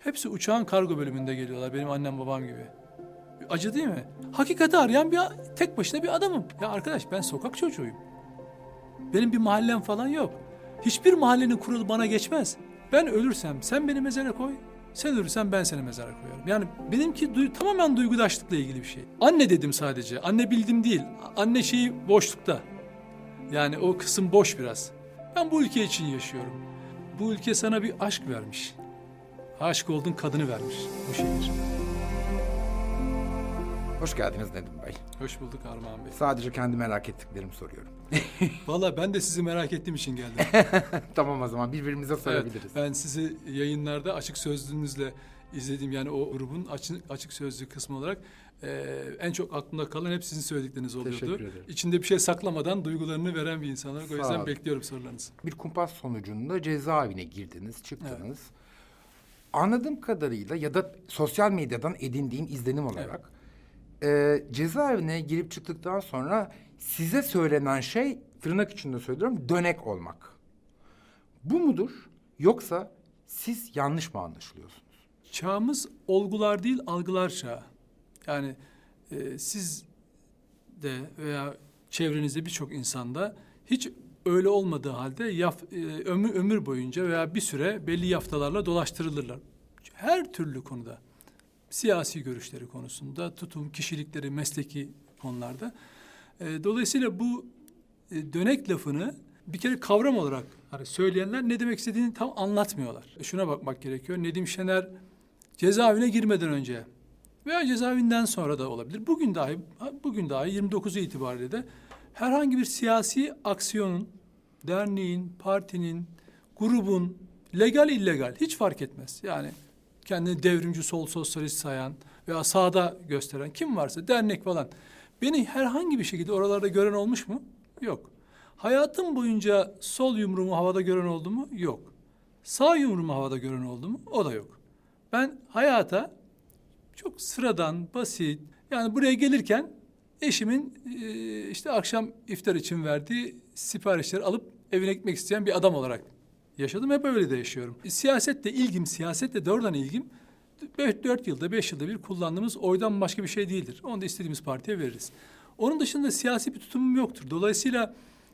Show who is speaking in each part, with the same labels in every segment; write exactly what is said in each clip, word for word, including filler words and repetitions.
Speaker 1: Hepsi uçağın kargo bölümünde geliyorlar, benim annem babam gibi. Acı değil mi? Hakikati arayan bir tek başına bir adamım. Ya arkadaş, ben sokak çocuğuyum. Benim bir mahallem falan yok. Hiçbir mahallenin kuralı bana geçmez. Ben ölürsem sen beni mezara koy. Sen ölürsen ben seni mezara koyarım. Yani benimki duy- tamamen duygudaşlıkla ilgili bir şey. Anne dedim sadece. Anne bildim değil. Anne şeyi boşlukta. Yani o kısım boş biraz. Ben bu ülke için yaşıyorum. Bu ülke sana bir aşk vermiş. Aşık olduğun kadını vermiş bu şehir.
Speaker 2: Hoş geldiniz Nedim Bey.
Speaker 1: Hoş bulduk Armağan Bey.
Speaker 2: Sadece kendi merak ettiklerimi soruyorum.
Speaker 1: Vallahi ben de sizi merak ettiğim için geldim.
Speaker 2: Tamam, o zaman birbirimize sorabiliriz.
Speaker 1: Evet, ben sizi yayınlarda açık sözlüğünüzle izlediğim, yani o grubun açık, açık sözlü kısmı olarak e, en çok aklımda kalan hep sizin söyledikleriniz oluyordu.
Speaker 2: Teşekkür ederim.
Speaker 1: İçinde bir şey saklamadan duygularını veren bir insan olarak. O
Speaker 2: Sağ
Speaker 1: yüzden
Speaker 2: olun.
Speaker 1: bekliyorum sorularınızı.
Speaker 2: Bir kumpas sonucunda cezaevine girdiniz, çıktınız. Evet. Anladığım kadarıyla ya da sosyal medyadan edindiğim izlenim olarak evet. e, cezaevine girip çıktıktan sonra size söylenen şey, tırnak içinde söylüyorum, dönek olmak. Bu mudur? Yoksa siz yanlış mı anlaşılıyorsunuz?
Speaker 1: Çağımız olgular değil, algılar çağı. Yani e, siz de veya çevrenizde birçok insanda hiç öyle olmadığı halde yaf, e, ömür, ömür boyunca veya bir süre belli yaftalarla dolaştırılırlar. Her türlü konuda. Siyasi görüşleri konusunda, tutum, kişilikleri, mesleki konularda. E, dolayısıyla bu e, dönek lafını bir kere kavram olarak hani söyleyenler ne demek istediğini tam anlatmıyorlar. E, şuna bakmak gerekiyor. Nedim Şener cezaevine girmeden önce veya cezaevinden sonra da olabilir. Bugün dahi bugün dahi yirmi dokuzu itibariyle de herhangi bir siyasi aksiyonun, derneğin, partinin, grubun, legal illegal hiç fark etmez. Yani kendini devrimci, sol sosyalist sayan veya sağda gösteren kim varsa, dernek falan, beni herhangi bir şekilde oralarda gören olmuş mu? Yok. Hayatım boyunca sol yumruğumu havada gören oldu mu? Yok. Sağ yumruğumu havada gören oldu mu? O da yok. Ben hayata çok sıradan, basit, yani buraya gelirken eşimin e, işte akşam iftar için verdiği siparişleri alıp evine gitmek isteyen bir adam olarak yaşadım. Hep öyle de yaşıyorum. E, siyasetle ilgim, siyasetle doğrudan ilgim dört yılda, beş yılda bir kullandığımız oydan başka bir şey değildir. Onu da istediğimiz partiye veririz. Onun dışında siyasi bir tutumum yoktur. Dolayısıyla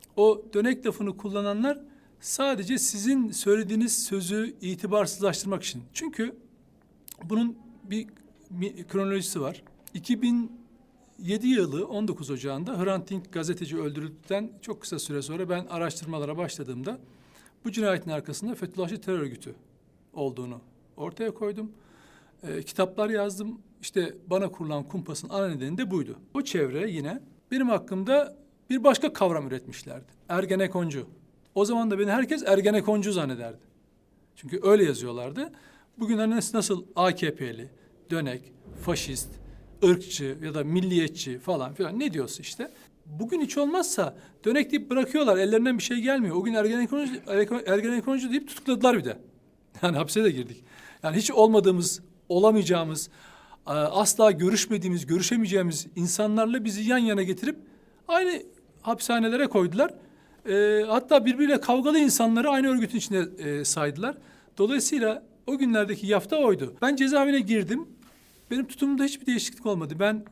Speaker 1: o dönek lafını kullananlar sadece sizin söylediğiniz sözü itibarsızlaştırmak için. Çünkü bunun bir, bir kronolojisi var. iki bin yedi yılı on dokuz Ocağı'nda Hrant Dink gazeteci öldürüldükten çok kısa süre sonra ben araştırmalara başladığımda bu cinayetin arkasında Fethullahçı terör örgütü olduğunu ortaya koydum. Ee, kitaplar yazdım. İşte bana kurulan kumpasın ana nedeni de buydu. O çevre yine benim hakkımda bir başka kavram üretmişlerdi. Ergenekoncu. O zaman da beni herkes Ergenekoncu zannederdi. Çünkü öyle yazıyorlardı. Bugün hani nasıl A K P'li, dönek, faşist, ırkçı ya da milliyetçi falan filan ne diyorsa işte. Bugün hiç olmazsa dönek deyip bırakıyorlar. Ellerinden bir şey gelmiyor. O gün Ergenekoncu, Ergenekoncu deyip tutukladılar bir de. Yani hapse de girdik. Yani hiç olmadığımız, olamayacağımız, asla görüşmediğimiz, görüşemeyeceğimiz insanlarla bizi yan yana getirip aynı hapishanelere koydular. E, hatta birbiriyle kavgalı insanları aynı örgütün içine e, saydılar. Dolayısıyla o günlerdeki yafta oydu. Ben cezaevine girdim. Benim tutumumda hiçbir değişiklik olmadı. Ben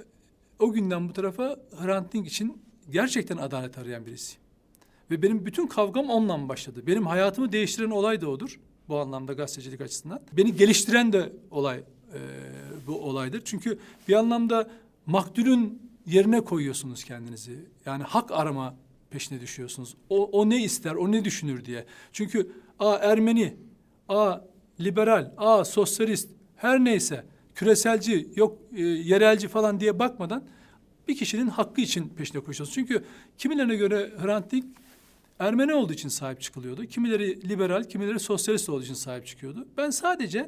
Speaker 1: o günden bu tarafa Hrant Dink için gerçekten adalet arayan birisiyim. Ve benim bütün kavgam onunla başladı. Benim hayatımı değiştiren olay da odur. Bu anlamda gazetecilik açısından. Beni geliştiren de olay e, bu olaydır. Çünkü bir anlamda maktulün yerine koyuyorsunuz kendinizi. Yani hak arama peşine düşüyorsunuz. O, o ne ister, o ne düşünür diye. Çünkü a Ermeni, a liberal, a sosyalist, her neyse küreselci, yok e, yerelci falan diye bakmadan bir kişinin hakkı için peşine koşuyorsunuz. Çünkü kimilerine göre Hrant Dink Ermeni olduğu için sahip çıkılıyordu. Kimileri liberal, kimileri sosyalist olduğu için sahip çıkıyordu. Ben sadece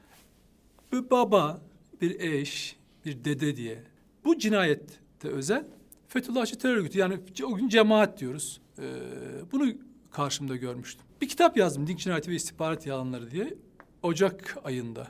Speaker 1: bir baba, bir eş, bir dede diye bu cinayette özel Fethullahçı terör örgütü, yani o gün cemaat diyoruz. Ee, bunu karşımda görmüştüm. Bir kitap yazdım, Dink Cinayeti ve İstihbarat Yalanları diye, Ocak ayında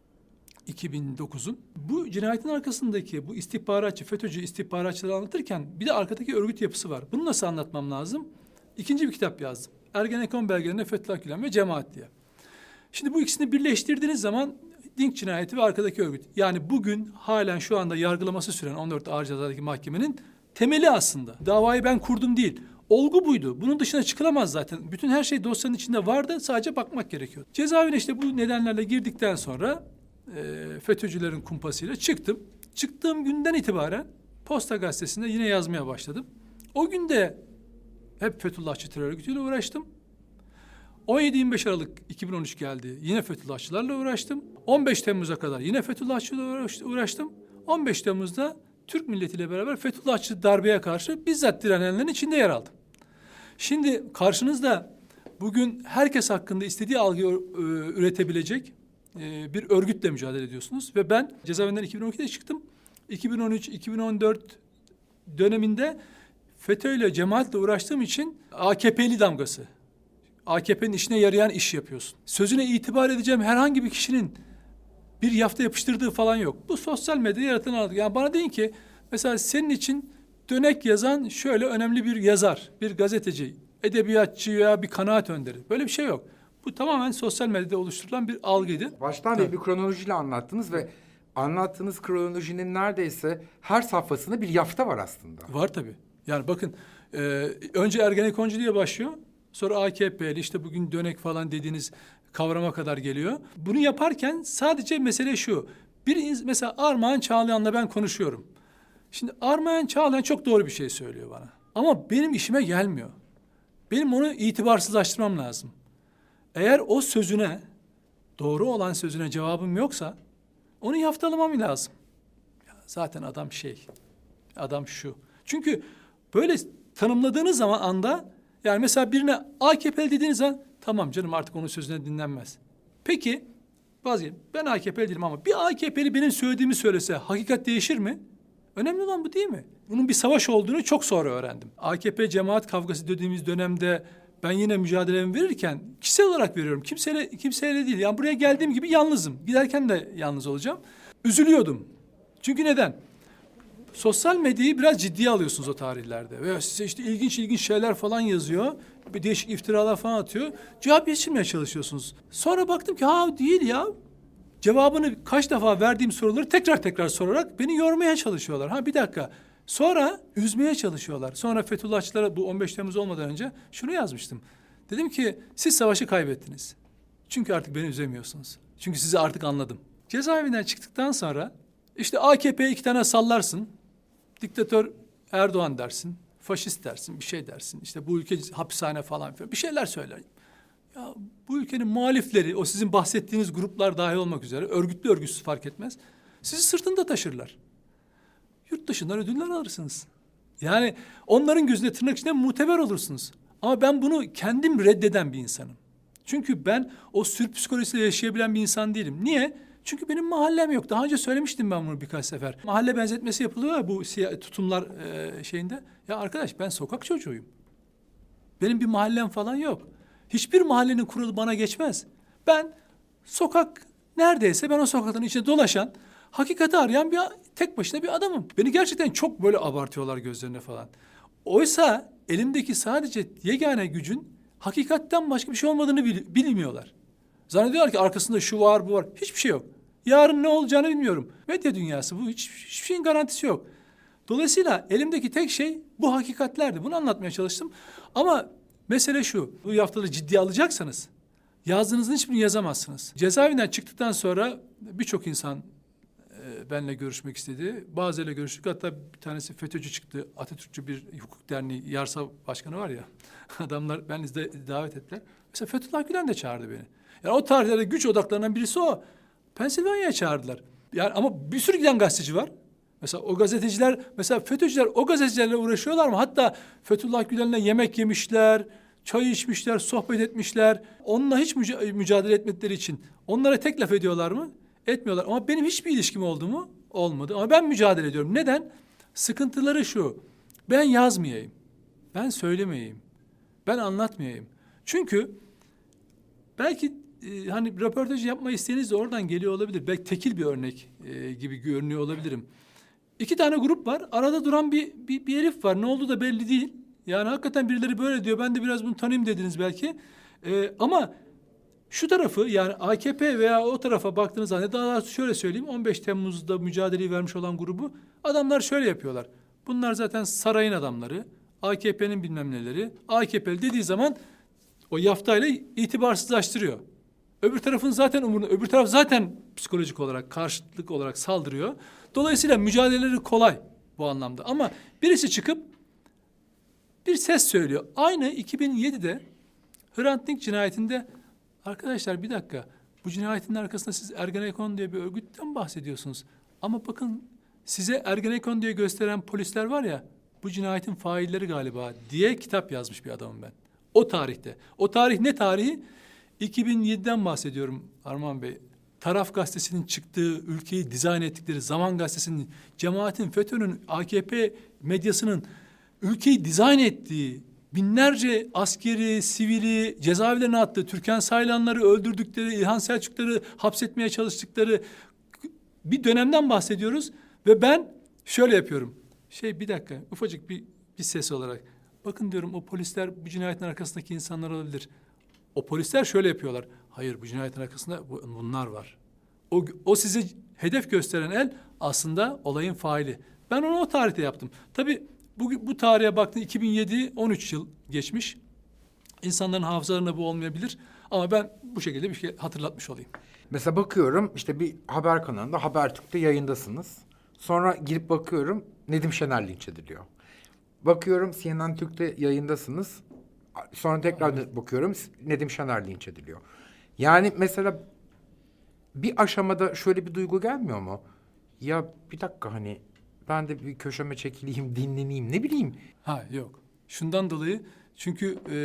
Speaker 1: iki bin dokuzun. Bu cinayetin arkasındaki bu istihbaratçı, FETÖ'cü istihbaratçıları anlatırken bir de arkadaki örgüt yapısı var. Bunu nasıl anlatmam lazım? İkinci bir kitap yazdım. Ergenekon belgelerinde Fethullah Gülen ve Cemaat diye. Şimdi bu ikisini birleştirdiğiniz zaman Dink cinayeti ve arkadaki örgüt. Yani bugün halen şu anda yargılaması süren on dört Ağır Ceza'daki mahkemenin temeli aslında. Davayı ben kurdum değil. Olgu buydu. Bunun dışına çıkılamaz zaten. Bütün her şey dosyanın içinde vardı. Sadece bakmak gerekiyor. Cezaevine işte bu nedenlerle girdikten sonra e, FETÖ'cülerin kumpasıyla çıktım. Çıktığım günden itibaren Posta Gazetesi'nde yine yazmaya başladım. O günde hep Fethullahçı terör örgütüyle uğraştım. on yedi yirmi beş Aralık iki bin on üç geldi. Yine Fethullahçılarla uğraştım. on beş Temmuz'a kadar yine Fethullahçılarla uğraştım. on beş Temmuz'da Türk milletiyle beraber Fethullahçı darbeye karşı bizzat direnenlerin içinde yer aldım. Şimdi karşınızda bugün herkes hakkında istediği algıyı e, üretebilecek e, bir örgütle mücadele ediyorsunuz. Ve ben cezaevinden iki bin on ikide çıktım. iki bin on üç iki bin on dört döneminde FETÖ'yle, cemaatle uğraştığım için A K P'li damgası. A K P'nin işine yarayan iş yapıyorsun. Sözüne itibar edeceğim herhangi bir kişinin bir yafta yapıştırdığı falan yok. Bu sosyal medyada yaratılan algı. Yani bana deyin ki mesela senin için dönek yazan şöyle önemli bir yazar, bir gazeteci, edebiyatçı veya bir kanaat önderi. Böyle bir şey yok. Bu tamamen sosyal medyada oluşturulan bir algıydı.
Speaker 2: Baştan beri bir kronolojiyle anlattınız ve anlattığınız kronolojinin neredeyse her safhasında bir yafta var aslında.
Speaker 1: Var tabii. Yani bakın e, önce Ergenekoncu diye başlıyor. Sonra A K P'li işte bugün dönek falan dediğiniz kavrama kadar geliyor. Bunu yaparken sadece mesele şu. Bir mesela Armağan Çağlayan'la ben konuşuyorum. Şimdi Armağan Çağlayan çok doğru bir şey söylüyor bana. Ama benim işime gelmiyor. Benim onu itibarsızlaştırmam lazım. Eğer o sözüne, doğru olan sözüne cevabım yoksa onu yaftalamam lazım. Ya zaten adam şey, adam şu. Çünkü böyle tanımladığınız zaman anda yani mesela birine A K P'li dediğiniz zaman tamam canım artık onun sözüne dinlenmez. Peki vazgeçin ben A K P'li değilim ama bir A K P'li benim söylediğimi söylese hakikat değişir mi? Önemli olan bu değil mi? Bunun bir savaş olduğunu çok sonra öğrendim. A K P cemaat kavgası dediğimiz dönemde ben yine mücadelemi verirken kişisel olarak veriyorum. Kimseyle, kimseyle değil. Yani buraya geldiğim gibi yalnızım. Giderken de yalnız olacağım. Üzülüyordum. Çünkü neden? Sosyal medyayı biraz ciddiye alıyorsunuz o tarihlerde. Ve size işte ilginç ilginç şeyler falan yazıyor. Bir değişik iftiralar falan atıyor. Cevap geçirmeye çalışıyorsunuz. Sonra baktım ki ha değil ya. Cevabını kaç defa verdiğim soruları tekrar tekrar sorarak beni yormaya çalışıyorlar. Ha bir dakika. Sonra üzmeye çalışıyorlar. Sonra Fethullahçılara bu on beş Temmuz olmadan önce şunu yazmıştım. Dedim ki siz savaşı kaybettiniz. Çünkü artık beni üzemiyorsunuz. Çünkü sizi artık anladım. Cezaevinden çıktıktan sonra işte A K P'ye iki tane sallarsın. Diktatör Erdoğan dersin. Faşist dersin. Bir şey dersin. İşte bu ülke hapishane falan filan. Bir şeyler söyler. Ya bu ülkenin muhalifleri, o sizin bahsettiğiniz gruplar dahil olmak üzere, örgütlü örgütsüz fark etmez, sizi sırtında taşırlar. Yurt dışından ödüller alırsınız. Yani onların gözünde tırnak içinde muteber olursunuz. Ama ben bunu kendim reddeden bir insanım. Çünkü ben o sürü psikolojisiyle yaşayabilen bir insan değilim. Niye? Çünkü benim mahallem yok. Daha önce söylemiştim ben bunu birkaç sefer. Mahalle benzetmesi yapılıyor ya bu tutumlar e, şeyinde. Ya arkadaş ben sokak çocuğuyum. Benim bir mahallem falan yok. Hiçbir mahallenin kuralı bana geçmez. Ben sokak neredeyse ben o sokakların içinde dolaşan, hakikati arayan bir tek başına bir adamım. Beni gerçekten çok böyle abartıyorlar gözlerine falan. Oysa elimdeki sadece yegane gücün hakikatten başka bir şey olmadığını bil- bilmiyorlar. Zannediyorlar ki arkasında şu var bu var. Hiçbir şey yok. Yarın ne olacağını bilmiyorum. Medya dünyası bu. Hiç, hiçbir şeyin garantisi yok. Dolayısıyla elimdeki tek şey bu hakikatlerdi. Bunu anlatmaya çalıştım. Ama mesele şu. Bu yaftaları ciddiye alacaksanız yazdığınızın hiçbirini yazamazsınız. Cezaevinden çıktıktan sonra birçok insan e, benimle görüşmek istedi. Bazılarıyla görüştük. Hatta bir tanesi FETÖ'cü çıktı. Atatürkçü bir hukuk derneği Yarsa Başkanı var ya. Adamlar beni de davet ettiler. Mesela Fethullah Gülen de çağırdı beni. Yani o tarihlerde güç odaklarından birisi o. Pensilvanya'ya çağırdılar. Yani ama bir sürü giden gazeteci var. Mesela o gazeteciler, mesela FETÖ'cüler o gazetecilerle uğraşıyorlar mı? Hatta Fethullah Gülen'le yemek yemişler, çay içmişler, sohbet etmişler. Onunla hiç müca- mücadele etmedikleri için onlara tek laf ediyorlar mı? Etmiyorlar. Ama benim hiçbir ilişkim oldu mu? Olmadı. Ama ben mücadele ediyorum. Neden? Sıkıntıları şu. Ben yazmayayım. Ben söylemeyeyim. Ben anlatmayayım. Çünkü belki e, hani röportaj yapma isteğiniz de oradan geliyor olabilir. Belki tekil bir örnek e, gibi görünüyor olabilirim. İki tane grup var. Arada duran bir, bir, bir herif var. Ne oldu da belli değil. Yani hakikaten birileri böyle diyor. Ben de biraz bunu tanıyayım dediniz belki. Ee, ama Şu tarafı yani A K P veya o tarafa baktığınız zaman daha doğrusu şöyle söyleyeyim on beş Temmuz'da mücadeleyi vermiş olan grubu adamlar şöyle yapıyorlar. Bunlar zaten sarayın adamları, A K P'nin bilmem neleri. A K P'li dediği zaman o yaftayla itibarsızlaştırıyor. Öbür tarafın zaten umurunda, öbür taraf zaten psikolojik olarak, karşıtlık olarak saldırıyor. Dolayısıyla mücadeleleri kolay bu anlamda. Ama birisi çıkıp bir ses söylüyor. Aynı iki bin yedide Hrant Dink cinayetinde arkadaşlar bir dakika bu cinayetin arkasında siz Ergenekon diye bir örgütten bahsediyorsunuz. Ama bakın size Ergenekon diye gösteren polisler var ya bu cinayetin failleri galiba diye kitap yazmış bir adamım ben. O tarihte. O tarih ne tarihi? iki bin yediden bahsediyorum Arman Bey. Taraf gazetesinin çıktığı, ülkeyi dizayn ettikleri, Zaman gazetesinin, cemaatin, FETÖ'nün, A K P medyasının ülkeyi dizayn ettiği, binlerce askeri, sivili cezaevlerine attığı, Türkan Saylanları öldürdükleri, İlhan Selçukları hapsetmeye çalıştıkları bir dönemden bahsediyoruz. Ve ben şöyle yapıyorum. Şey bir dakika, ufacık bir, bir ses olarak. Bakın diyorum o polisler bu cinayetin arkasındaki insanlar olabilir. O polisler şöyle yapıyorlar. Hayır bu cinayetin arkasında bu, bunlar var. O, o size hedef gösteren el aslında olayın faili. Ben onu o tarihte yaptım. Tabii bu, bu tarihe baktığında iki bin yedi on üç yıl geçmiş. İnsanların hafızalarında bu olmayabilir. Ama ben bu şekilde bir şey hatırlatmış olayım.
Speaker 2: Mesela bakıyorum işte bir haber kanalında Habertürk'te yayındasınız. Sonra girip bakıyorum Nedim Şener linç ediliyor. Bakıyorum C N N Türk'te yayındasınız. Sonra tekrar evet. bakıyorum Nedim Şener linç ediliyor. Yani mesela bir aşamada şöyle bir duygu gelmiyor mu? Ya bir dakika hani ben de bir köşeme çekileyim, dinleneyim ne bileyim.
Speaker 1: Ha yok. Şundan dolayı çünkü e,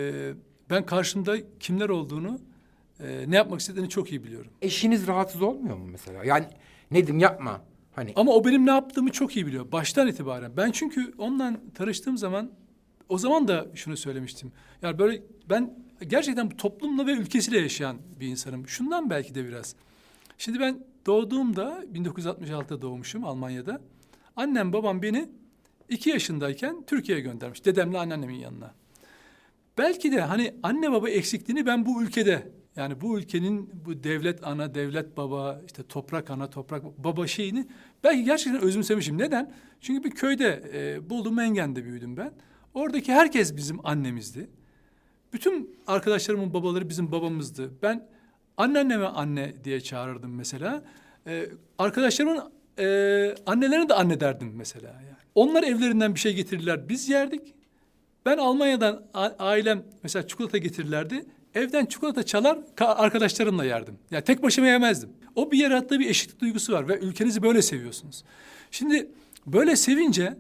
Speaker 1: ben karşımda kimler olduğunu e, ne yapmak istediğini çok iyi biliyorum.
Speaker 2: Eşiniz rahatsız olmuyor mu mesela? Yani Nedim yapma. Hani.
Speaker 1: Ama o benim ne yaptığımı çok iyi biliyor. Baştan itibaren. Ben çünkü onunla tanıştığım zaman o zaman da şunu söylemiştim. Yani böyle ben gerçekten bu toplumla ve ülkesiyle yaşayan bir insanım. Şundan belki de biraz. Şimdi ben doğduğumda bin dokuz yüz altmış altıda doğmuşum Almanya'da. Annem babam beni iki yaşındayken Türkiye'ye göndermiş. Dedemle anneannemin yanına. Belki de hani anne baba eksikliğini ben bu ülkede yani bu ülkenin bu devlet ana, devlet baba, işte toprak ana, toprak baba şeyini belki gerçekten özümsemişim. Neden? Çünkü bir köyde e, Bolu Mengen'de büyüdüm ben. Oradaki herkes bizim annemizdi. Bütün arkadaşlarımın babaları bizim babamızdı. Ben anneanneme anne diye çağırırdım mesela. Ee, arkadaşlarımın e, annelerine de anne derdim mesela. Yani. Onlar evlerinden bir şey getirirler, biz yerdik. Ben Almanya'dan a- ailem mesela çikolata getirirlerdi. Evden çikolata çalar, ka- arkadaşlarımla yerdim. Yani tek başıma yemezdim. O bir yarattığı bir eşitlik duygusu var ve ülkenizi böyle seviyorsunuz. Şimdi böyle sevince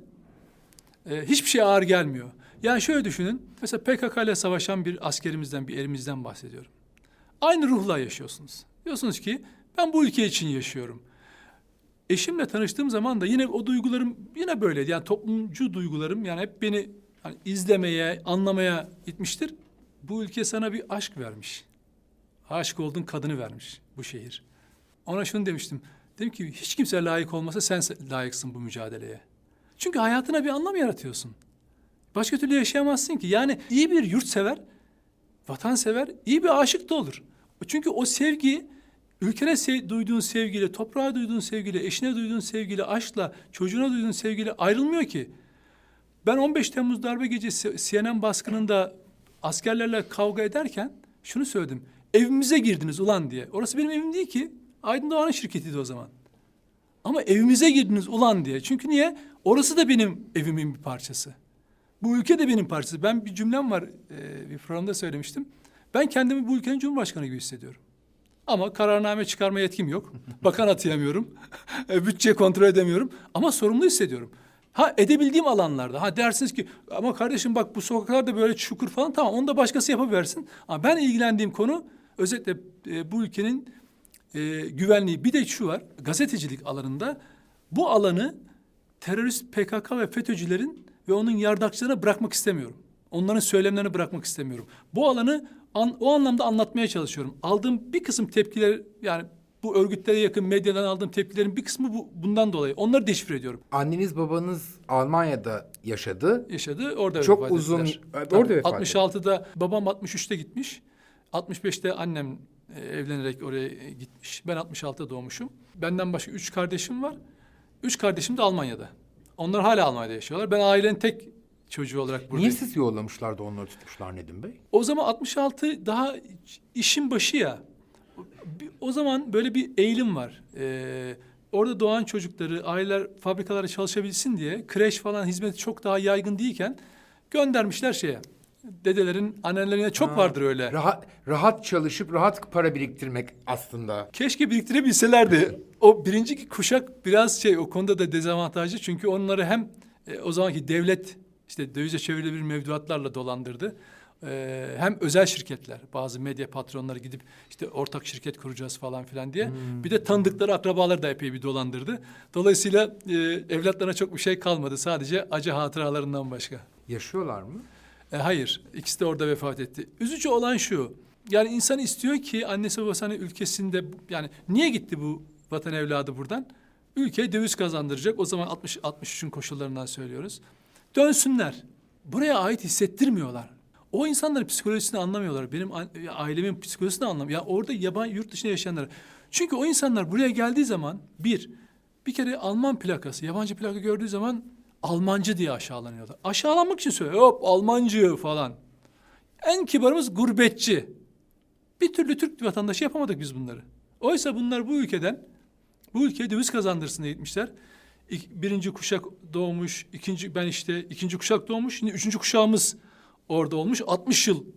Speaker 1: e, hiçbir şey ağır gelmiyor. Yani şöyle düşünün, mesela P K K ile savaşan bir askerimizden, bir erimizden bahsediyorum. Aynı ruhla yaşıyorsunuz. Diyorsunuz ki ben bu ülke için yaşıyorum. Eşimle tanıştığım zaman da yine o duygularım yine böyleydi. Yani toplumcu duygularım yani hep beni hani izlemeye, anlamaya itmiştir. Bu ülke sana bir aşk vermiş. Aşık olduğun kadını vermiş bu şehir. Ona şunu demiştim. Dedim ki hiç kimse layık olmasa sen layıksın bu mücadeleye. Çünkü hayatına bir anlam yaratıyorsun. Başka türlü yaşayamazsın ki. Yani iyi bir yurtsever, vatansever, iyi bir aşık da olur. Çünkü o sevgi, ülkene sev, duyduğun sevgiyle, toprağa duyduğun sevgiyle, eşine duyduğun sevgiyle, aşkla, çocuğuna duyduğun sevgiyle ayrılmıyor ki. Ben on beş Temmuz darbe gecesi C N N baskınında askerlerle kavga ederken şunu söyledim. Evimize girdiniz ulan diye. Orası benim evim değil ki. Aydın Doğan'ın şirketiydi o zaman. Ama evimize girdiniz ulan diye. Çünkü niye? Orası da benim evimin bir parçası. Bu ülke de benim parçası. Ben bir cümlem var, e, bir programda söylemiştim. Ben kendimi bu ülkenin cumhurbaşkanı gibi hissediyorum. Ama kararname çıkarma yetkim yok. Bakan atayamıyorum. Bütçe kontrol edemiyorum. Ama sorumlu hissediyorum. Ha edebildiğim alanlarda. Ha dersiniz ki ama kardeşim bak bu sokaklarda böyle çukur falan tamam onu da başkası yapıversin. Ama ben ilgilendiğim konu özellikle e, bu ülkenin e, güvenliği. Bir de şu var gazetecilik alanında bu alanı terörist P K K ve FETÖ'cülerin ve onun yardakçılarına bırakmak istemiyorum. Onların söylemlerini bırakmak istemiyorum. Bu alanı an, o anlamda anlatmaya çalışıyorum. Aldığım bir kısım tepkiler yani bu örgütlere yakın medyadan aldığım tepkilerin bir kısmı bu, bundan dolayı. Onları deşifre ediyorum.
Speaker 2: Anneniz babanız Almanya'da yaşadı.
Speaker 1: Yaşadı. Orada
Speaker 2: çok uzun.
Speaker 1: Tabii,
Speaker 2: Orada vefat
Speaker 1: altmış altıda babam altmış üçte gitmiş. altmış beşte annem e, evlenerek oraya e, gitmiş. Ben altmış altıda doğmuşum. Benden başka üç kardeşim var. Üç kardeşim de Almanya'da. Onlar hala Almanya'da yaşıyorlar. Ben ailenin tek çocuğu olarak buradayım.
Speaker 2: Niye siz yollamışlar da onları tutmuşlar Nedim Bey?
Speaker 1: O zaman altmış altı daha işin başı ya. O zaman böyle bir eğilim var. Ee, orada doğan çocukları, aileler fabrikalarda çalışabilsin diye kreş falan hizmeti çok daha yaygın değilken göndermişler şeye. Dedelerin, annelerine çok
Speaker 2: Ha,
Speaker 1: vardır öyle.
Speaker 2: Rahat, rahat çalışıp rahat para biriktirmek aslında.
Speaker 1: Keşke biriktirebilselerdi. O birinci kuşak biraz şey o konuda da dezavantajlı. Çünkü onları hem e, o zamanki devlet işte dövize çevrilebilir mevduatlarla dolandırdı. E, hem özel şirketler, bazı medya patronları gidip işte ortak şirket kuracağız falan filan diye.
Speaker 2: Hmm.
Speaker 1: Bir de tanıdıkları akrabaları da epey bir dolandırdı. Dolayısıyla e, evlatlarına çok bir şey kalmadı. Sadece acı hatıralarından başka.
Speaker 2: Yaşıyorlar mı?
Speaker 1: E, hayır, ikisi de orada vefat etti. Üzücü olan şu, yani insan istiyor ki annesi babası hani ülkesinde, yani niye gitti bu vatan evladı buradan? Ülkeye döviz kazandıracak, o zaman altmış altmış üçün koşullarından söylüyoruz. Dönsünler, buraya ait hissettirmiyorlar. O insanların psikolojisini anlamıyorlar, benim ailemin psikolojisini anlamıyor. Ya orada yabancı, yurt dışında yaşayanlar. Çünkü o insanlar buraya geldiği zaman, bir, bir kere Alman plakası, yabancı plaka gördüğü zaman Almancı diye aşağılanıyorlar. Aşağılanmak için söylüyor. Hop Almancı falan. En kibarımız gurbetçi. Bir türlü Türk vatandaşı yapamadık biz bunları. Oysa bunlar bu ülkeden, bu ülkeye döviz kazandırsın diye gitmişler. İk, birinci kuşak doğmuş, ikinci ben işte ikinci kuşak doğmuş. Şimdi üçüncü kuşağımız orada olmuş. altmış yıl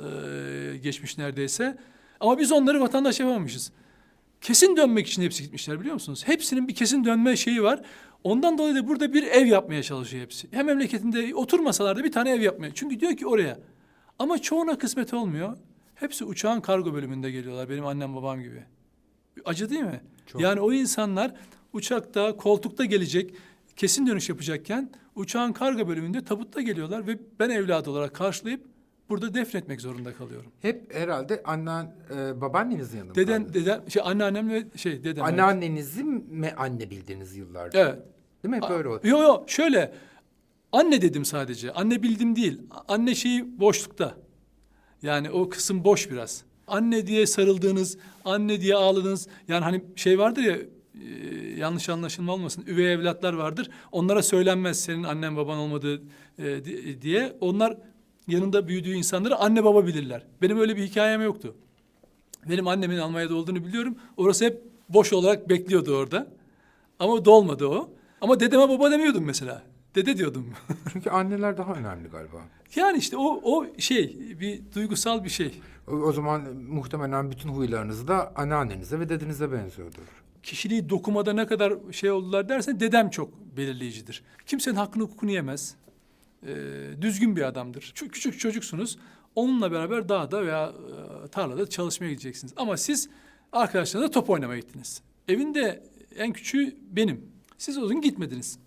Speaker 1: e, geçmiş neredeyse. Ama biz onları vatandaş yapamamışız. Kesin dönmek için hepsi gitmişler biliyor musunuz? Hepsinin bir kesin dönme şeyi var. Ondan dolayı da burada bir ev yapmaya çalışıyor hepsi. Hem memleketinde oturmasalar da bir tane ev yapmaya. Çünkü diyor ki oraya. Ama çoğuna kısmet olmuyor. Hepsi uçağın kargo bölümünde geliyorlar. Benim annem babam gibi. Acı değil mi?
Speaker 2: Çok.
Speaker 1: Yani o insanlar uçakta, koltukta gelecek, kesin dönüş yapacakken uçağın kargo bölümünde tabutta geliyorlar ve ben evladı olarak karşılayıp burada defnetmek zorunda kalıyorum.
Speaker 2: Hep herhalde annen, e, babaannenizin yanında mı
Speaker 1: Deden,
Speaker 2: kaldı?
Speaker 1: dedem, şey anneannem ve şey dedem.
Speaker 2: Anneannenizi mi anne bildiğiniz yıllarca?
Speaker 1: Evet.
Speaker 2: Değil mi? Hep böyle oldu.
Speaker 1: Yok yok şöyle anne dedim sadece. Anne bildim değil. Anne şeyi boşlukta. Yani o kısım boş biraz. Anne diye sarıldığınız, anne diye ağladığınız, yani hani şey vardır ya, e, yanlış anlaşılma olmasın, üvey evlatlar vardır. Onlara söylenmez senin annen baban olmadığı e, diye. Onlar yanında büyüdüğü insanları anne baba bilirler. Benim öyle bir hikayem yoktu. Benim annemin Almanya'da olduğunu biliyorum. Orası hep boş olarak bekliyordu orada. Ama dolmadı o. Ama dedeme baba demiyordum mesela. Dede diyordum.
Speaker 2: Çünkü anneler daha önemli galiba.
Speaker 1: Yani işte o o şey bir duygusal bir şey.
Speaker 2: O, o zaman muhtemelen bütün huylarınız da anneannenize ve dedenize benziyordur.
Speaker 1: Kişiliği dokumada ne kadar şey oldular dersen dedem çok belirleyicidir. Kimsenin hakkını hukukunu yemez. Ee, düzgün bir adamdır. Çok küçük çocuksunuz. Onunla beraber dağda veya e, tarlada çalışmaya gideceksiniz. Ama siz arkadaşlarınızla top oynamaya gittiniz. Evinde en küçüğü benim. Siz o gün gitmediniz.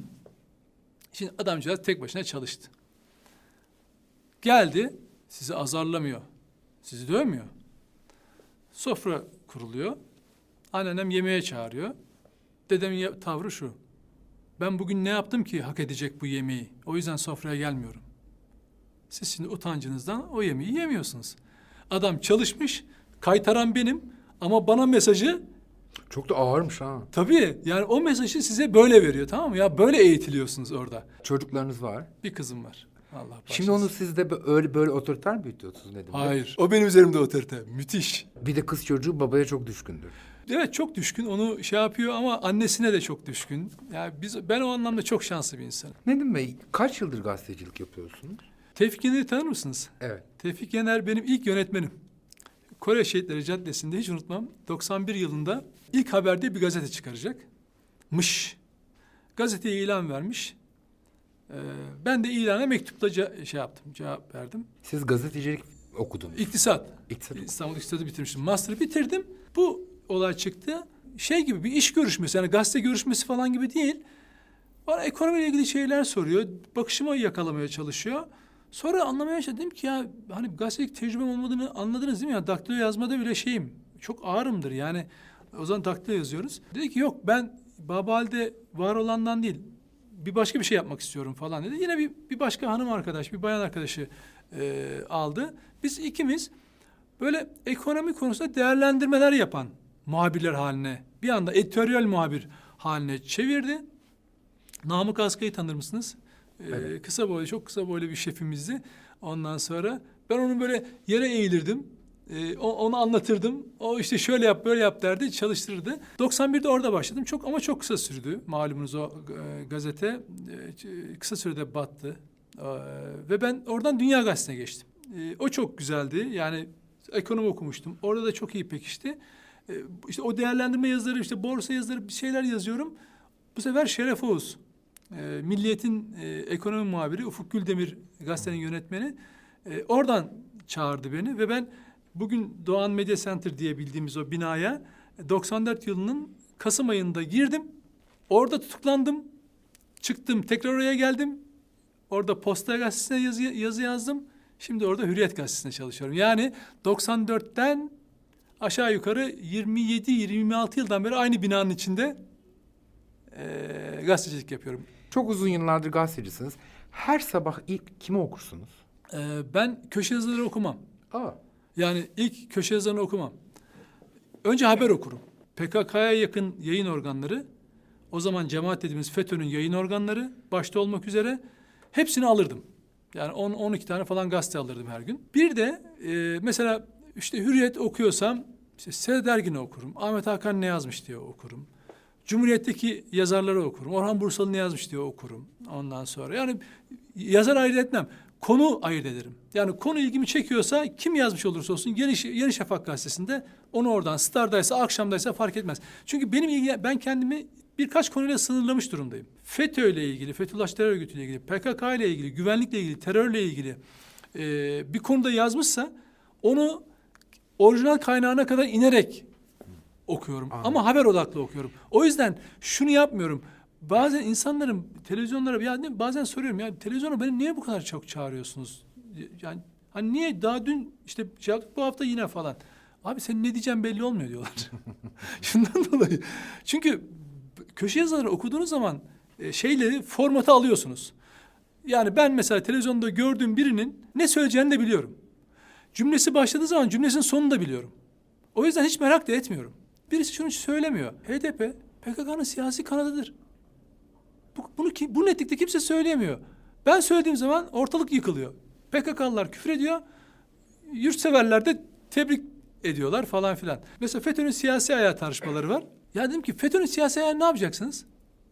Speaker 1: Şimdi adamcağız tek başına çalıştı. Geldi, sizi azarlamıyor. Sizi dövmüyor. Sofra kuruluyor. Anneannem yemeğe çağırıyor. Dedemin tavrı şu. Ben bugün ne yaptım ki hak edecek bu yemeği? O yüzden sofraya gelmiyorum. Siz şimdi utancınızdan o yemeği yemiyorsunuz. Adam çalışmış, kaytaran benim ama bana mesajı...
Speaker 2: Çok da ağırmış ha.
Speaker 1: Tabii yani o mesajı size böyle veriyor, tamam mı? Ya böyle eğitiliyorsunuz orada.
Speaker 2: Çocuklarınız var.
Speaker 1: Bir kızım var. Allah başlasın.
Speaker 2: Şimdi onu siz de bö- öyle böyle otoriter mi büyütüyorsunuz Nedim Bey?
Speaker 1: Hayır. O benim üzerimde otorite. Müthiş.
Speaker 2: Bir de kız çocuğu babaya çok düşkündür.
Speaker 1: Evet çok düşkün. Onu şey yapıyor ama annesine de çok düşkün. Yani biz ben o anlamda çok şanslı bir insanım.
Speaker 2: Nedim Bey, kaç yıldır gazetecilik yapıyorsunuz?
Speaker 1: Tevfik Yener'i tanır mısınız?
Speaker 2: Evet.
Speaker 1: Tevfik Yener benim ilk yönetmenim. Kore Şehitleri Caddesi'nde hiç unutmam. doksan bir yılında ilk Haber diye bir gazete çıkaracak. Mış. Gazeteye ilan vermiş. Ee, ben de ilana mektupla ce- şey yaptım, cevap verdim.
Speaker 2: Siz gazetecilik okudunuz.
Speaker 1: İktisat.
Speaker 2: İktisat.
Speaker 1: İstanbul İktisat'ı bitirmiştim. Master'ı bitirdim. Bu olay çıktı. Şey gibi bir iş görüşmesi, yani gazete görüşmesi falan gibi değil. Bana ekonomiyle ilgili şeyler soruyor. Bakışımı yakalamaya çalışıyor. Sonra anlamaya başladım ki ya hani gazetelik tecrübem olmadığını anladınız değil mi? Ya daktilo yazmada bile şeyim. Çok ağırımdır yani. O zaman daktilo yazıyoruz. Dedi ki yok ben Babahal'de var olandan değil. Bir başka bir şey yapmak istiyorum falan dedi. Yine bir, bir başka hanım arkadaş, bir bayan arkadaşı e, aldı. Biz ikimiz böyle ekonomi konusunda değerlendirmeler yapan muhabirler haline, bir anda editoryal muhabir haline çevirdi. Namık Askay'ı tanır mısınız? Ee,
Speaker 2: Evet.
Speaker 1: Kısa boylu, çok kısa boylu bir şefimizdi. Ondan sonra ben onu böyle yere eğilirdim. Ee, o- onu anlatırdım. O işte şöyle yap, böyle yap derdi, çalıştırırdı. doksan birde orada başladım. Çok ama çok kısa sürdü. Malumunuz o e, gazete e, ç- kısa sürede battı. Ee, ve ben oradan Dünya Gazetesi'ne geçtim. Ee, o çok güzeldi. Yani ekonomi okumuştum. Orada da çok iyi pekişti. Ee, işte o değerlendirme yazıları, işte borsa yazıları, bir şeyler yazıyorum. Bu sefer Şeref Oğuz, e, Milliyet'in e, ekonomi muhabiri, Ufuk Güldemir gazetenin yönetmeni, e, oradan çağırdı beni ve ben bugün Doğan Media Center diye bildiğimiz o binaya doksan dört yılının Kasım ayında girdim. Orada tutuklandım. Çıktım, tekrar oraya geldim. Orada Posta Gazetesi'ne yazı, yazı yazdım. Şimdi orada Hürriyet Gazetesi'nde çalışıyorum. Yani doksan dörtten aşağı yukarı yirmi yedi yirmi altı yıldan beri aynı binanın içinde e, gazetecilik yapıyorum.
Speaker 2: Çok uzun yıllardır gazetecisiniz. Her sabah ilk kimi okursunuz?
Speaker 1: E, ben köşe yazıları okumam.
Speaker 2: Aa.
Speaker 1: Yani ilk köşe yazılarını okumam. Önce haber okurum. P K K'ya yakın yayın organları, o zaman cemaat dediğimiz FETÖ'nün yayın organları başta olmak üzere hepsini alırdım. Yani on on iki tane falan gazete alırdım her gün. Bir de e, mesela işte Hürriyet okuyorsam işte S Dergi'ni okurum. Ahmet Hakan ne yazmış diye okurum. Cumhuriyet'teki yazarları okurum. Orhan Bursalı ne yazmış diye okurum. Ondan sonra yani yazar ayırt etmem. Konu ayırt ederim. Yani konu ilgimi çekiyorsa kim yazmış olursa olsun Yeni, Yeni Şafak gazetesinde onu oradan, Star'daysa, akşamdaysa fark etmez. Çünkü benim ilgi, ben kendimi birkaç konuyla sınırlamış durumdayım. FETÖ ile ilgili, Fethullah Terör Örgütü ile ilgili, P K K ile ilgili, güvenlikle ilgili, terörle ilgili e, bir konuda yazmışsa onu orijinal kaynağına kadar inerek okuyorum.
Speaker 2: Anladım.
Speaker 1: Ama haber odaklı okuyorum. O yüzden şunu yapmıyorum. Bazen insanların televizyonlara ya bazen soruyorum ya televizyona beni niye bu kadar çok çağırıyorsunuz? Yani hani niye daha dün işte şey yaptık, bu hafta yine falan. Abi senin ne diyeceğin belli olmuyor diyorlar. Şundan dolayı. Çünkü köşe yazıları okuduğunuz zaman e, şeyleri formatı alıyorsunuz. Yani ben mesela televizyonda gördüğüm birinin ne söyleyeceğini de biliyorum. Cümlesi başladığı zaman cümlesinin sonunu da biliyorum. O yüzden hiç merak da etmiyorum. Birisi şunu söylemiyor. H D P P K K'nın siyasi kanadıdır. Bu, bunu ki, bu netlikte kimse söyleyemiyor. Ben söylediğim zaman ortalık yıkılıyor. P K K'lılar küfür ediyor. Yurtseverler de tebrik ediyorlar falan filan. Mesela FETÖ'nün siyasi ayağı tartışmaları var. Ya dedim ki FETÖ'nün siyasi ayağı ne yapacaksınız?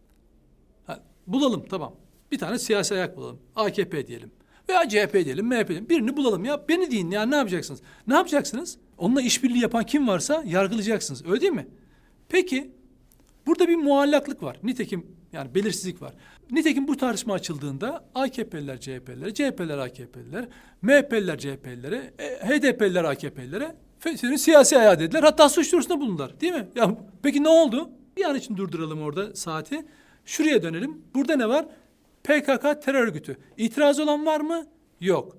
Speaker 1: Ha, bulalım tamam. Bir tane siyasi ayak bulalım. A K P diyelim. Veya C H P diyelim, M H P diyelim. Birini bulalım ya. Beni deyin ya ne yapacaksınız? Ne yapacaksınız? Onunla işbirliği yapan kim varsa yargılayacaksınız. Öyle değil mi? Peki burada bir muallaklık var. Nitekim yani belirsizlik var. Nitekim bu tartışma açıldığında A K P'liler C H P'lilere, C H P'liler A K P'lilere, M H P'liler C H P'lilere, e, H D P'liler A K P'lilere FETÖ'nün siyasi ayağı dediler. Hatta suç duyurusunda bulundular. Değil mi? Ya peki ne oldu? Bir an için durduralım orada saati. Şuraya dönelim. Burada ne var? P K K terör örgütü. İtiraz olan var mı? Yok.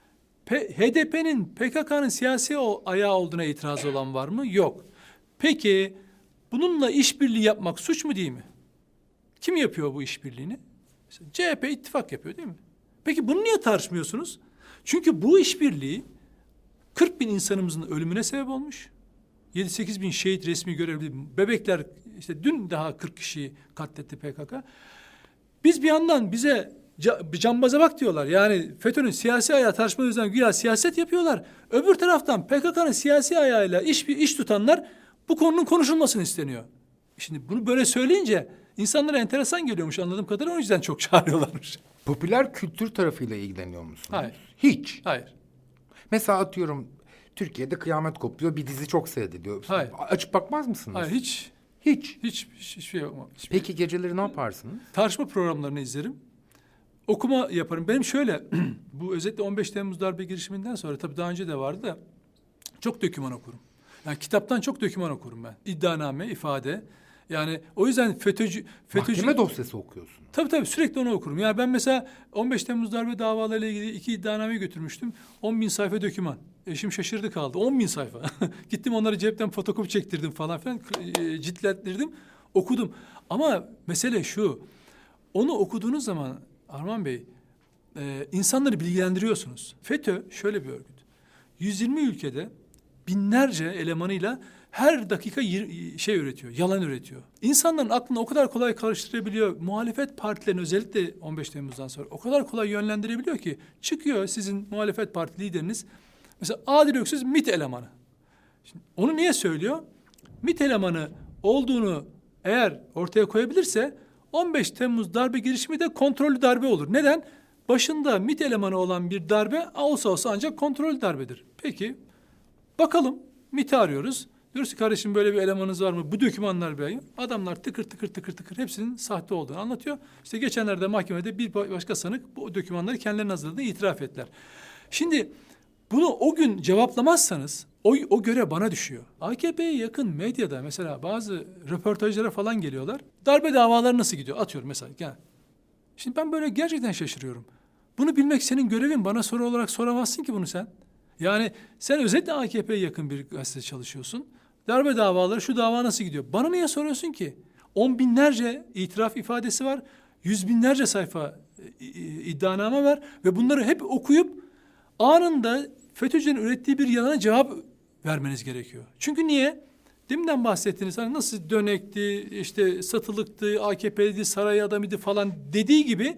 Speaker 1: P- H D P'nin P K K'nın siyasi o ayağı olduğuna itiraz olan var mı? Yok. Peki bununla işbirliği yapmak suç mu değil mi? Kim yapıyor bu işbirliğini? Mesela C H P ittifak yapıyor değil mi? Peki bunu niye tartışmıyorsunuz? Çünkü bu işbirliği kırk bin insanımızın ölümüne sebep olmuş. yedi sekiz bin şehit resmi görevli bebekler işte dün daha kırk kişiyi katletti P K K. Biz bir yandan bize ca- cambaza bak diyorlar. Yani FETÖ'nün siyasi ayağı tartışma yüzünden güya siyaset yapıyorlar. Öbür taraftan P K K'nın siyasi ayağıyla iş bir iş tutanlar bu konunun konuşulmasını isteniyor. Şimdi bunu böyle söyleyince insanlara enteresan geliyormuş anladığım kadarıyla o yüzden çok çağırıyorlarmış.
Speaker 2: Popüler kültür tarafıyla ilgileniyor musunuz?
Speaker 1: Hayır.
Speaker 2: Hiç.
Speaker 1: Hayır.
Speaker 2: Mesela atıyorum Türkiye'de kıyamet kopuyor, bir dizi çok seyrediliyor.
Speaker 1: Hayır.
Speaker 2: Açıp bakmaz mısınız?
Speaker 1: Hayır hiç
Speaker 2: Hiç.
Speaker 1: hiç hiç hiçbir şey yok. Hiçbir-
Speaker 2: Peki geceleri ne yaparsınız?
Speaker 1: Tartışma programlarını izlerim. Okuma yaparım. Benim şöyle bu özellikle on beş Temmuz darbe girişiminden sonra tabii daha önce de vardı da çok döküman okurum. Yani kitaptan çok döküman okurum ben. İddianame, ifade. Yani o yüzden FETÖ'cü... FETÖ'cü
Speaker 2: Mahkeme dosyası okuyorsunuz.
Speaker 1: Tabii tabii sürekli onu okurum. Yani ben mesela on beş Temmuz darbe davalarıyla ilgili iki iddianameyi götürmüştüm. on bin sayfa döküman. Eşim şaşırdı kaldı. on bin sayfa. Gittim onları cepten fotokopi çektirdim falan filan. E, ciltlettirdim. Okudum. Ama mesele şu. Onu okuduğunuz zaman Arman Bey e, insanları bilgilendiriyorsunuz. FETÖ şöyle bir örgüt. yüz yirmi ülkede binlerce elemanıyla her dakika yir- şey üretiyor, yalan üretiyor. İnsanların aklını o kadar kolay karıştırabiliyor. Muhalefet partilerini özellikle on beş Temmuz'dan sonra o kadar kolay yönlendirebiliyor ki çıkıyor sizin muhalefet parti lideriniz. Mesela Adil Öksüz MİT elemanı. Şimdi onu niye söylüyor? MİT elemanı olduğunu eğer ortaya koyabilirse on beş Temmuz darbe girişimi de kontrollü darbe olur. Neden? Başında MİT elemanı olan bir darbe olsa olsa ancak kontrollü darbedir. Peki bakalım MİT'i arıyoruz. Diyoruz ki kardeşim böyle bir elemanınız var mı? Bu dokümanlar bir ayı. Adamlar tıkır tıkır tıkır tıkır hepsinin sahte olduğunu anlatıyor. İşte geçenlerde mahkemede bir başka sanık bu dokümanları kendilerine hazırladığını itiraf ettiler. Şimdi bunu o gün cevaplamazsanız o, o görev bana düşüyor. A K P'ye yakın medyada mesela bazı röportajlara falan geliyorlar. Darbe davaları nasıl gidiyor? Atıyorum mesela. Yani. Şimdi ben böyle gerçekten şaşırıyorum. Bunu bilmek senin görevin. Bana soru olarak soramazsın ki bunu sen. Yani sen özellikle A K P'ye yakın bir gazetede çalışıyorsun. Darbe davaları şu dava nasıl gidiyor? Bana niye soruyorsun ki? On binlerce itiraf ifadesi var. Yüz binlerce sayfa iddianame var. Ve bunları hep okuyup anında FETÖ'cünün ürettiği bir yalana cevap vermeniz gerekiyor. Çünkü niye? Deminden bahsettiniz hani nasıl dönekti, işte satılıktı, A K P'liydi, saray adamıydı falan dediği gibi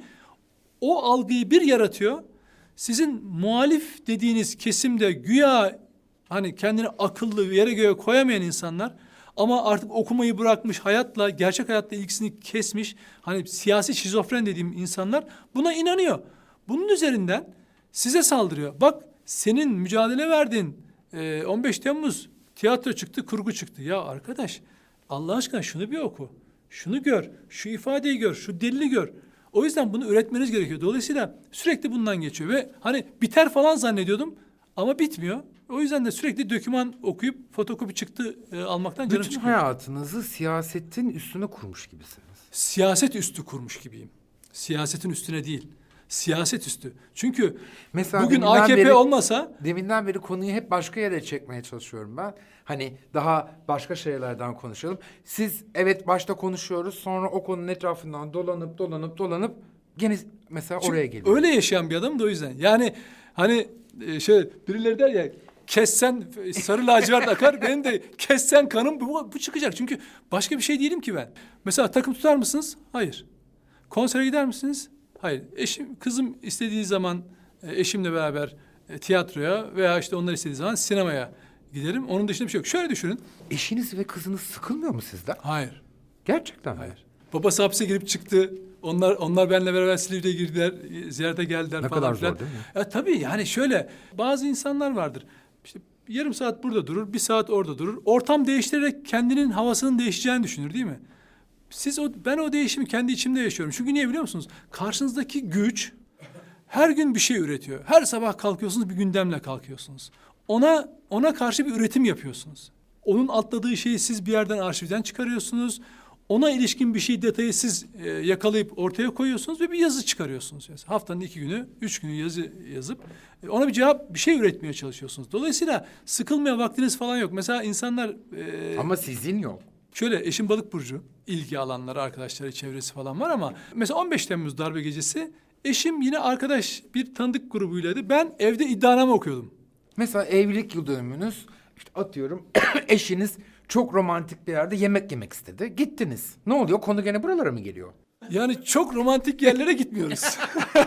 Speaker 1: o algıyı bir yaratıyor. Sizin muhalif dediğiniz kesimde güya hani kendini akıllı yere göğe koyamayan insanlar ama artık okumayı bırakmış, hayatla, gerçek hayatla ilgisini kesmiş, hani siyasi şizofren dediğim insanlar buna inanıyor. Bunun üzerinden size saldırıyor. Bak senin mücadele verdiğin e, on beş Temmuz tiyatro çıktı, kurgu çıktı. Ya arkadaş Allah aşkına şunu bir oku. Şunu gör, şu ifadeyi gör, şu delili gör. O yüzden bunu üretmeniz gerekiyor. Dolayısıyla sürekli bundan geçiyor ve hani biter falan zannediyordum ama bitmiyor. O yüzden de sürekli doküman okuyup fotokopi çıktı e, almaktan canım
Speaker 2: Bütün
Speaker 1: çıkıyor.
Speaker 2: hayatınızı siyasetin üstüne kurmuş gibisiniz.
Speaker 1: Siyaset üstü kurmuş gibiyim. Siyasetin üstüne değil. Siyaset üstü. Çünkü
Speaker 2: Mesela
Speaker 1: bugün
Speaker 2: deminden
Speaker 1: A K P
Speaker 2: beri-
Speaker 1: olmasa
Speaker 2: Deminden beri konuyu hep başka yere çekmeye çalışıyorum ben. Hani daha başka şeylerden konuşalım. Siz evet başta konuşuyoruz, sonra o konunun etrafından dolanıp dolanıp dolanıp gene mesela
Speaker 1: Çünkü
Speaker 2: oraya geliyor.
Speaker 1: öyle yaşayan bir adam da o yüzden. Yani hani e, şöyle birileri der ya kessen sarı lacivert akar. Benim de kessen kanım bu, bu çıkacak. Çünkü başka bir şey değilim ki ben. Mesela takım tutar mısınız? Hayır. Konsere gider misiniz? Hayır. Eşim, kızım istediği zaman e, eşimle beraber e, tiyatroya veya işte onlar istediği zaman sinemaya giderim. Onun dışında bir şey yok. Şöyle düşünün.
Speaker 2: Eşiniz ve kızınız sıkılmıyor mu sizden?
Speaker 1: Hayır.
Speaker 2: Gerçekten mi?
Speaker 1: Hayır. Babası hapse girip çıktı. Onlar onlar benimle beraber Silivri'ye girdiler. e, Ziyarete geldiler
Speaker 2: Ne
Speaker 1: falan
Speaker 2: kadar
Speaker 1: filan.
Speaker 2: zor değil mi?
Speaker 1: Ya, tabii yani şöyle bazı insanlar vardır. İşte yarım saat burada durur, bir saat orada durur. Ortam değiştirerek kendinin havasının değişeceğini düşünür değil mi? Siz o ben o değişimi kendi içimde yaşıyorum. Çünkü niye biliyor musunuz? Karşınızdaki güç her gün bir şey üretiyor. Her sabah kalkıyorsunuz bir gündemle kalkıyorsunuz. Ona ona karşı bir üretim yapıyorsunuz. Onun atladığı şeyi siz bir yerden arşivden çıkarıyorsunuz. Ona ilişkin bir şey detayı siz e, yakalayıp ortaya koyuyorsunuz ve bir yazı çıkarıyorsunuz. Mesela haftanın iki günü, üç günü yazı yazıp e, ona bir cevap, bir şey üretmeye çalışıyorsunuz. Dolayısıyla sıkılmaya vaktiniz falan yok. Mesela insanlar e,
Speaker 2: Ama sizin yok.
Speaker 1: şöyle eşim balık burcu, ilgi alanları, arkadaşları, çevresi falan var ama mesela on beş Temmuz darbe gecesi eşim yine arkadaş bir tanıdık grubuylaydı. Ben evde iddianame okuyordum.
Speaker 2: Mesela evlilik yıl dönümünüz, işte atıyorum eşiniz çok romantik bir yerde yemek yemek istedi. Gittiniz. Ne oluyor? Konu gene buralara mı geliyor?
Speaker 1: Yani çok romantik yerlere gitmiyoruz.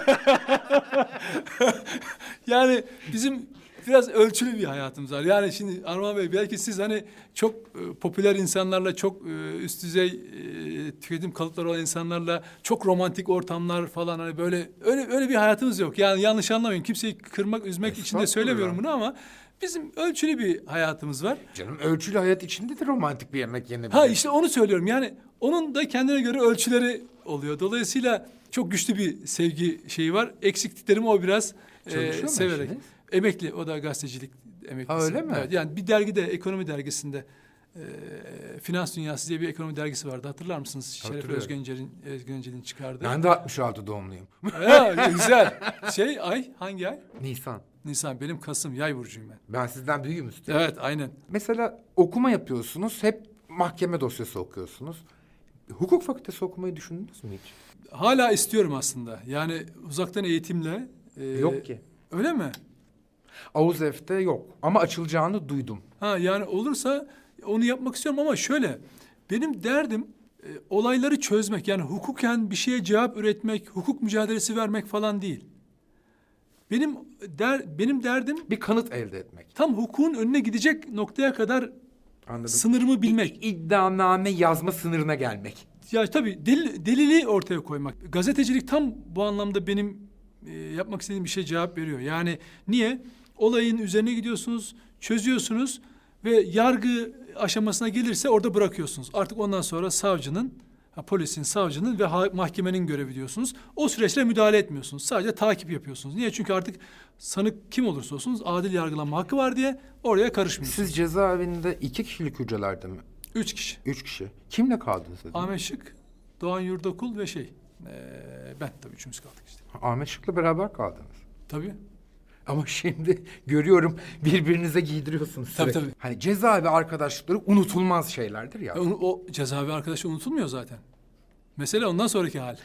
Speaker 1: Yani bizim biraz ölçülü bir hayatımız var. Yani şimdi Armağan Bey belki siz hani çok e, popüler insanlarla, çok e, üst düzey e, tüketim kalıpları olan insanlarla çok romantik ortamlar falan hani böyle öyle öyle bir hayatımız yok. Yani yanlış anlamayın. Kimseyi kırmak, üzmek için de
Speaker 2: Estağfurullah.
Speaker 1: söylemiyorum bunu ama bizim ölçülü bir hayatımız var.
Speaker 2: Canım ölçülü hayat içinde de romantik bir yemek yenebilir.
Speaker 1: Ha işte onu söylüyorum. Yani onun da kendine göre ölçüleri oluyor. Dolayısıyla çok güçlü bir sevgi şeyi var. Eksikliklerimi o biraz
Speaker 2: Çalışıyor
Speaker 1: e,
Speaker 2: mu
Speaker 1: severek.
Speaker 2: eşiniz?
Speaker 1: Emekli, o da gazetecilik emeklisi.
Speaker 2: Ha, öyle mi?
Speaker 1: Evet, yani bir dergide, ekonomi dergisinde e, Finans Dünyası diye bir ekonomi dergisi vardı. Hatırlar mısınız? Şeref
Speaker 2: Hatırlıyorum.
Speaker 1: Özgencel'in Özgencel'in çıkardığı.
Speaker 2: Ben de altmış altı doğumluyum.
Speaker 1: Ha, güzel. Şey ay hangi ay?
Speaker 2: Nisan.
Speaker 1: Nisan, benim Kasım, Yay burcuyum ben.
Speaker 2: Ben sizden büyüğüm üstelik.
Speaker 1: Evet, aynen.
Speaker 2: Mesela okuma yapıyorsunuz. Hep mahkeme dosyası okuyorsunuz. Hukuk fakültesi okumayı düşündünüz mü hiç?
Speaker 1: Hala istiyorum aslında. Yani uzaktan eğitimle. e,
Speaker 2: Yok ki.
Speaker 1: Öyle mi?
Speaker 2: Avuzef'te yok. Ama açılacağını duydum.
Speaker 1: Ha yani olursa onu yapmak istiyorum ama şöyle, benim derdim e, olayları çözmek. Yani hukuken bir şeye cevap üretmek, hukuk mücadelesi vermek falan değil. Benim der, benim derdim
Speaker 2: Bir kanıt elde etmek.
Speaker 1: tam hukukun önüne gidecek noktaya kadar
Speaker 2: Anladım.
Speaker 1: sınırımı bilmek.
Speaker 2: İ- İddianame yazma sınırına gelmek.
Speaker 1: Ya tabii delil, delili ortaya koymak. Gazetecilik tam bu anlamda benim e, yapmak istediğim bir şey cevap veriyor. Yani niye? Olayın üzerine gidiyorsunuz, çözüyorsunuz ve yargı aşamasına gelirse orada bırakıyorsunuz. Artık ondan sonra savcının, ha, polisin, savcının ve ha- mahkemenin görevi diyorsunuz. O süreçte müdahale etmiyorsunuz. Sadece takip yapıyorsunuz. Niye? Çünkü artık sanık kim olursa olsun adil yargılanma hakkı var diye oraya karışmıyorsunuz.
Speaker 2: Siz cezaevinde iki kişilik hücrelerde mi?
Speaker 1: Üç kişi.
Speaker 2: Üç kişi. Kimle kaldınız dedin?
Speaker 1: Ahmet Şık, Doğan Yurdakul ve şey, e, ben tabii üçümüz kaldık işte.
Speaker 2: Ahmet Şık'la beraber kaldınız.
Speaker 1: Tabii.
Speaker 2: Ama şimdi görüyorum birbirinize giydiriyorsunuz
Speaker 1: Tabii,
Speaker 2: sürekli.
Speaker 1: tabii.
Speaker 2: Hani cezaevi arkadaşlıkları unutulmaz şeylerdir ya.
Speaker 1: E, O, o cezaevi arkadaşı unutulmuyor zaten. Mesele ondan sonraki hal.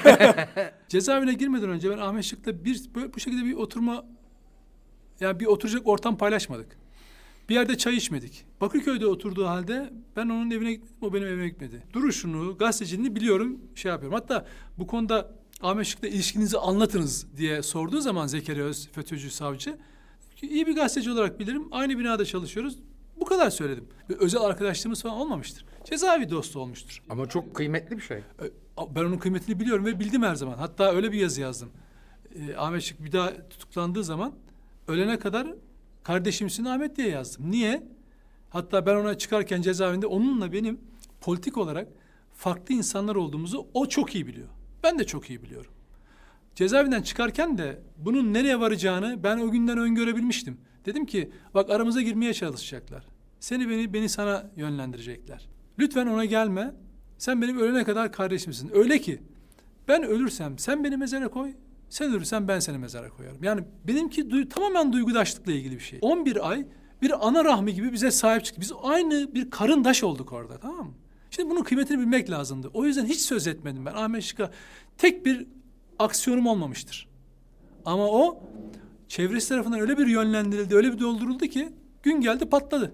Speaker 1: Cezaevine girmeden önce ben Ahmet Şık'la bir böyle bu şekilde bir oturma, yani bir oturacak ortam paylaşmadık. Bir yerde çay içmedik. Bakırköy'de oturduğu halde ben onun evine gitmedim, o benim evime gitmedi. Duruşunu, gazeteciliğini biliyorum, şey yapıyorum. Hatta bu konuda Ahmet Şık'la ilişkinizi anlatınız diye sorduğu zaman Zekeriya Öz, FETÖ'cü savcı, iyi bir gazeteci olarak bilirim, aynı binada çalışıyoruz. Bu kadar söyledim. Ve özel arkadaşlığımız falan olmamıştır. Cezaevi dostu olmuştur.
Speaker 2: Ama çok kıymetli bir şey.
Speaker 1: E, Ben onun kıymetini biliyorum ve bildim her zaman. Hatta öyle bir yazı yazdım. E, Ahmet Şık bir daha tutuklandığı zaman ölene kadar kardeşimsin Ahmet diye yazdım. Niye? Hatta ben ona çıkarken cezaevinde onunla benim politik olarak farklı insanlar olduğumuzu o çok iyi biliyor. Ben de çok iyi biliyorum. Cezaevinden çıkarken de bunun nereye varacağını ben o günden öngörebilmiştim. Dedim ki bak aramıza girmeye çalışacaklar. Seni beni beni sana yönlendirecekler. Lütfen ona gelme. Sen benim ölene kadar kardeşimsin. Öyle ki ben ölürsem sen beni mezara koy. Sen ölürsen ben seni mezara koyarım. Yani benimki duy- tamamen duygudaşlıkla ilgili bir şey. on bir ay bir ana rahmi gibi bize sahip çıktı. Biz aynı bir karındaş olduk orada, tamam mı? Şimdi bunun kıymetini bilmek lazımdı. O yüzden hiç söz etmedim ben. Ahmet Şık'a tek bir aksiyonum olmamıştır. Ama o çevresi tarafından öyle bir yönlendirildi, öyle bir dolduruldu ki gün geldi patladı.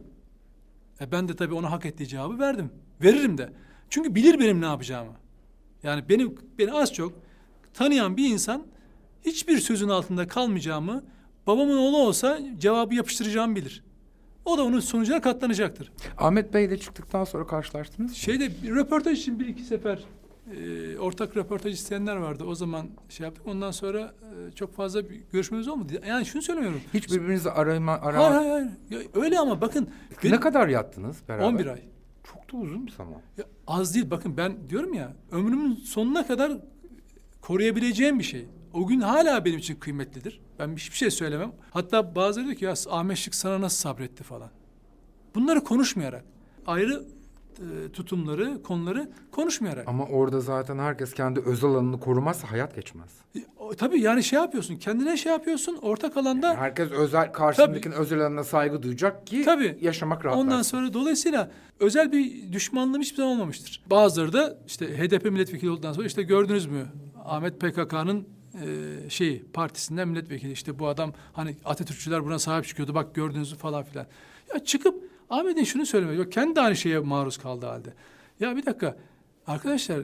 Speaker 1: E ben de tabii ona hak ettiği cevabı verdim. Veririm de. Çünkü bilir benim ne yapacağımı. Yani benim beni az çok tanıyan bir insan hiçbir sözün altında kalmayacağımı, babamın oğlu olsa cevabı yapıştıracağımı bilir. O da onun sonucuna katlanacaktır.
Speaker 2: Ahmet Bey ile çıktıktan sonra karşılaştınız mı?
Speaker 1: Şeyde bir röportaj için bir iki sefer e, ortak röportaj isteyenler vardı. O zaman şey yaptık. Ondan sonra e, çok fazla bir görüşmemiz olmadı. Yani şunu söylemiyorum.
Speaker 2: Hiç birbirinizi arama... arama...
Speaker 1: Hayır hayır hayır. Ya, öyle ama bakın.
Speaker 2: Ne
Speaker 1: benim-
Speaker 2: kadar yattınız beraber?
Speaker 1: on bir ay.
Speaker 2: Çok da uzun bir zaman.
Speaker 1: Ya, az değil. Bakın ben diyorum ya, ömrümün sonuna kadar koruyabileceğim bir şey. O gün hala benim için kıymetlidir. Ben hiçbir şey söylemem. Hatta bazıları diyor ki ya Ahmet Şık sana nasıl sabretti falan. Bunları konuşmayarak, ayrı e, tutumları, konuları konuşmayarak.
Speaker 2: Ama orada zaten herkes kendi özel alanını korumazsa hayat geçmez.
Speaker 1: E, o, tabii yani şey yapıyorsun, kendine şey yapıyorsun, ortak alanda.
Speaker 2: Herkes özel karşısındakinin özel alanına saygı duyacak ki
Speaker 1: Tabii.
Speaker 2: yaşamak rahatlar.
Speaker 1: Ondan sonra dolayısıyla özel bir düşmanlığım hiçbir zaman olmamıştır. Bazıları da işte H D P milletvekili olduktan sonra işte gördünüz mü Ahmet P K K'nın e, şeyi partisinden milletvekili, işte bu adam hani Atatürkçüler buna sahip çıkıyordu bak gördünüz mü falan filan. Ya çıkıp Ahmet'in şunu söylemedi. Yok, kendi de aynı şeye maruz kaldığı halde. Ya bir dakika arkadaşlar,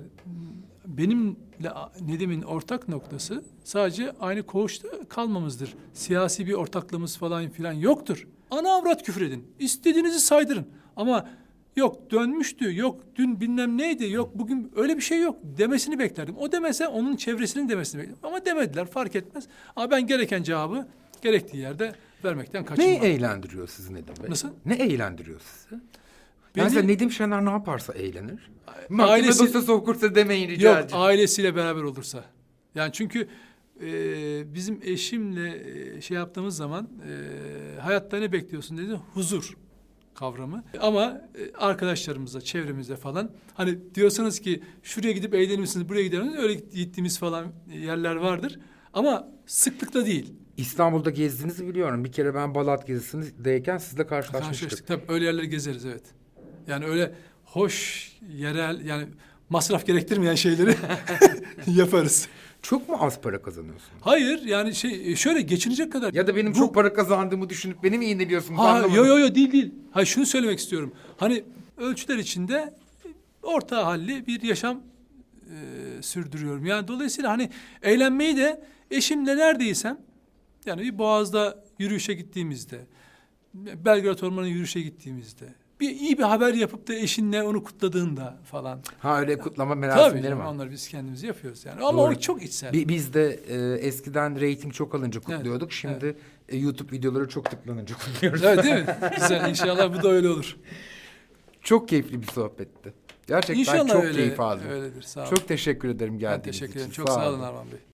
Speaker 1: benimle Nedim'in ortak noktası sadece aynı koğuşta kalmamızdır. Siyasi bir ortaklığımız falan filan yoktur. Ana avrat küfür edin. İstediğinizi saydırın. Ama yok dönmüştü, yok dün bilmem neydi, yok bugün öyle bir şey yok demesini beklerdim. O demese onun çevresinin demesini beklerdim. Ama demediler, fark etmez. Ama ben gereken cevabı gerektiği yerde vermekten kaçınmam.
Speaker 2: Ne eğlendiriyor sizi Nedim Bey?
Speaker 1: Nasıl?
Speaker 2: Ne eğlendiriyor sizi?
Speaker 1: Beni-
Speaker 2: Mesela Nedim Şener ne yaparsa eğlenir. Mahkeme
Speaker 1: Ailesi-
Speaker 2: dosyası okursa demeyin rica
Speaker 1: Yok,
Speaker 2: edeceğim.
Speaker 1: ailesiyle beraber olursa. Yani çünkü e, bizim eşimle e, şey yaptığımız zaman e, hayatta ne bekliyorsun dedi, huzur kavramı. Ama e, arkadaşlarımızla, çevremizde falan hani diyorsanız ki şuraya gidip eğlenir misiniz, buraya gider misiniz? Öyle gittiğimiz falan yerler vardır. Ama sıklıkla değil.
Speaker 2: İstanbul'da gezdiğinizi biliyorum. Bir kere ben Balat gezisindeyken sizle karşılaşmıştık.
Speaker 1: Karşılaştık. Tabii öyle yerleri gezeriz, evet. Yani öyle hoş, yerel, yani masraf gerektirmeyen şeyleri yaparız.
Speaker 2: Çok mu az para kazanıyorsun?
Speaker 1: Hayır yani şey şöyle geçinecek kadar.
Speaker 2: Ya da benim
Speaker 1: Bu-
Speaker 2: çok para kazandığımı düşünüp beni mi iğneliyorsunuz?
Speaker 1: Ha,
Speaker 2: Anlamadım.
Speaker 1: yo yo yo değil değil. Hayır şunu söylemek istiyorum. Hani ölçüler içinde orta halli bir yaşam e, sürdürüyorum. Yani dolayısıyla hani eğlenmeyi de eşimle neredeysem yani bir Boğaz'da yürüyüşe gittiğimizde, Belgrad Ormanı'na yürüyüşe gittiğimizde, bir iyi bir haber yapıp da eşinle onu kutladığında falan.
Speaker 2: Ha öyle kutlama
Speaker 1: Tabii
Speaker 2: merasimleri
Speaker 1: canım,
Speaker 2: var.
Speaker 1: onları biz kendimiz yapıyoruz yani. Ama
Speaker 2: Doğru.
Speaker 1: o çok içsel.
Speaker 2: Bi- Biz de e, eskiden reyting çok alınca kutluyorduk.
Speaker 1: Evet,
Speaker 2: Şimdi e, YouTube videoları çok tıklanınca kutluyoruz.
Speaker 1: Evet değil mi? Güzel. İnşallah bu da öyle olur.
Speaker 2: Çok keyifli bir sohbetti. Gerçekten
Speaker 1: İnşallah
Speaker 2: çok
Speaker 1: öyle,
Speaker 2: keyif aldım.
Speaker 1: öyledir. Sağ olun.
Speaker 2: Çok teşekkür ederim
Speaker 1: Ben
Speaker 2: geldiğiniz
Speaker 1: teşekkür
Speaker 2: için.
Speaker 1: ederim. Çok sağ olun Arman Bey.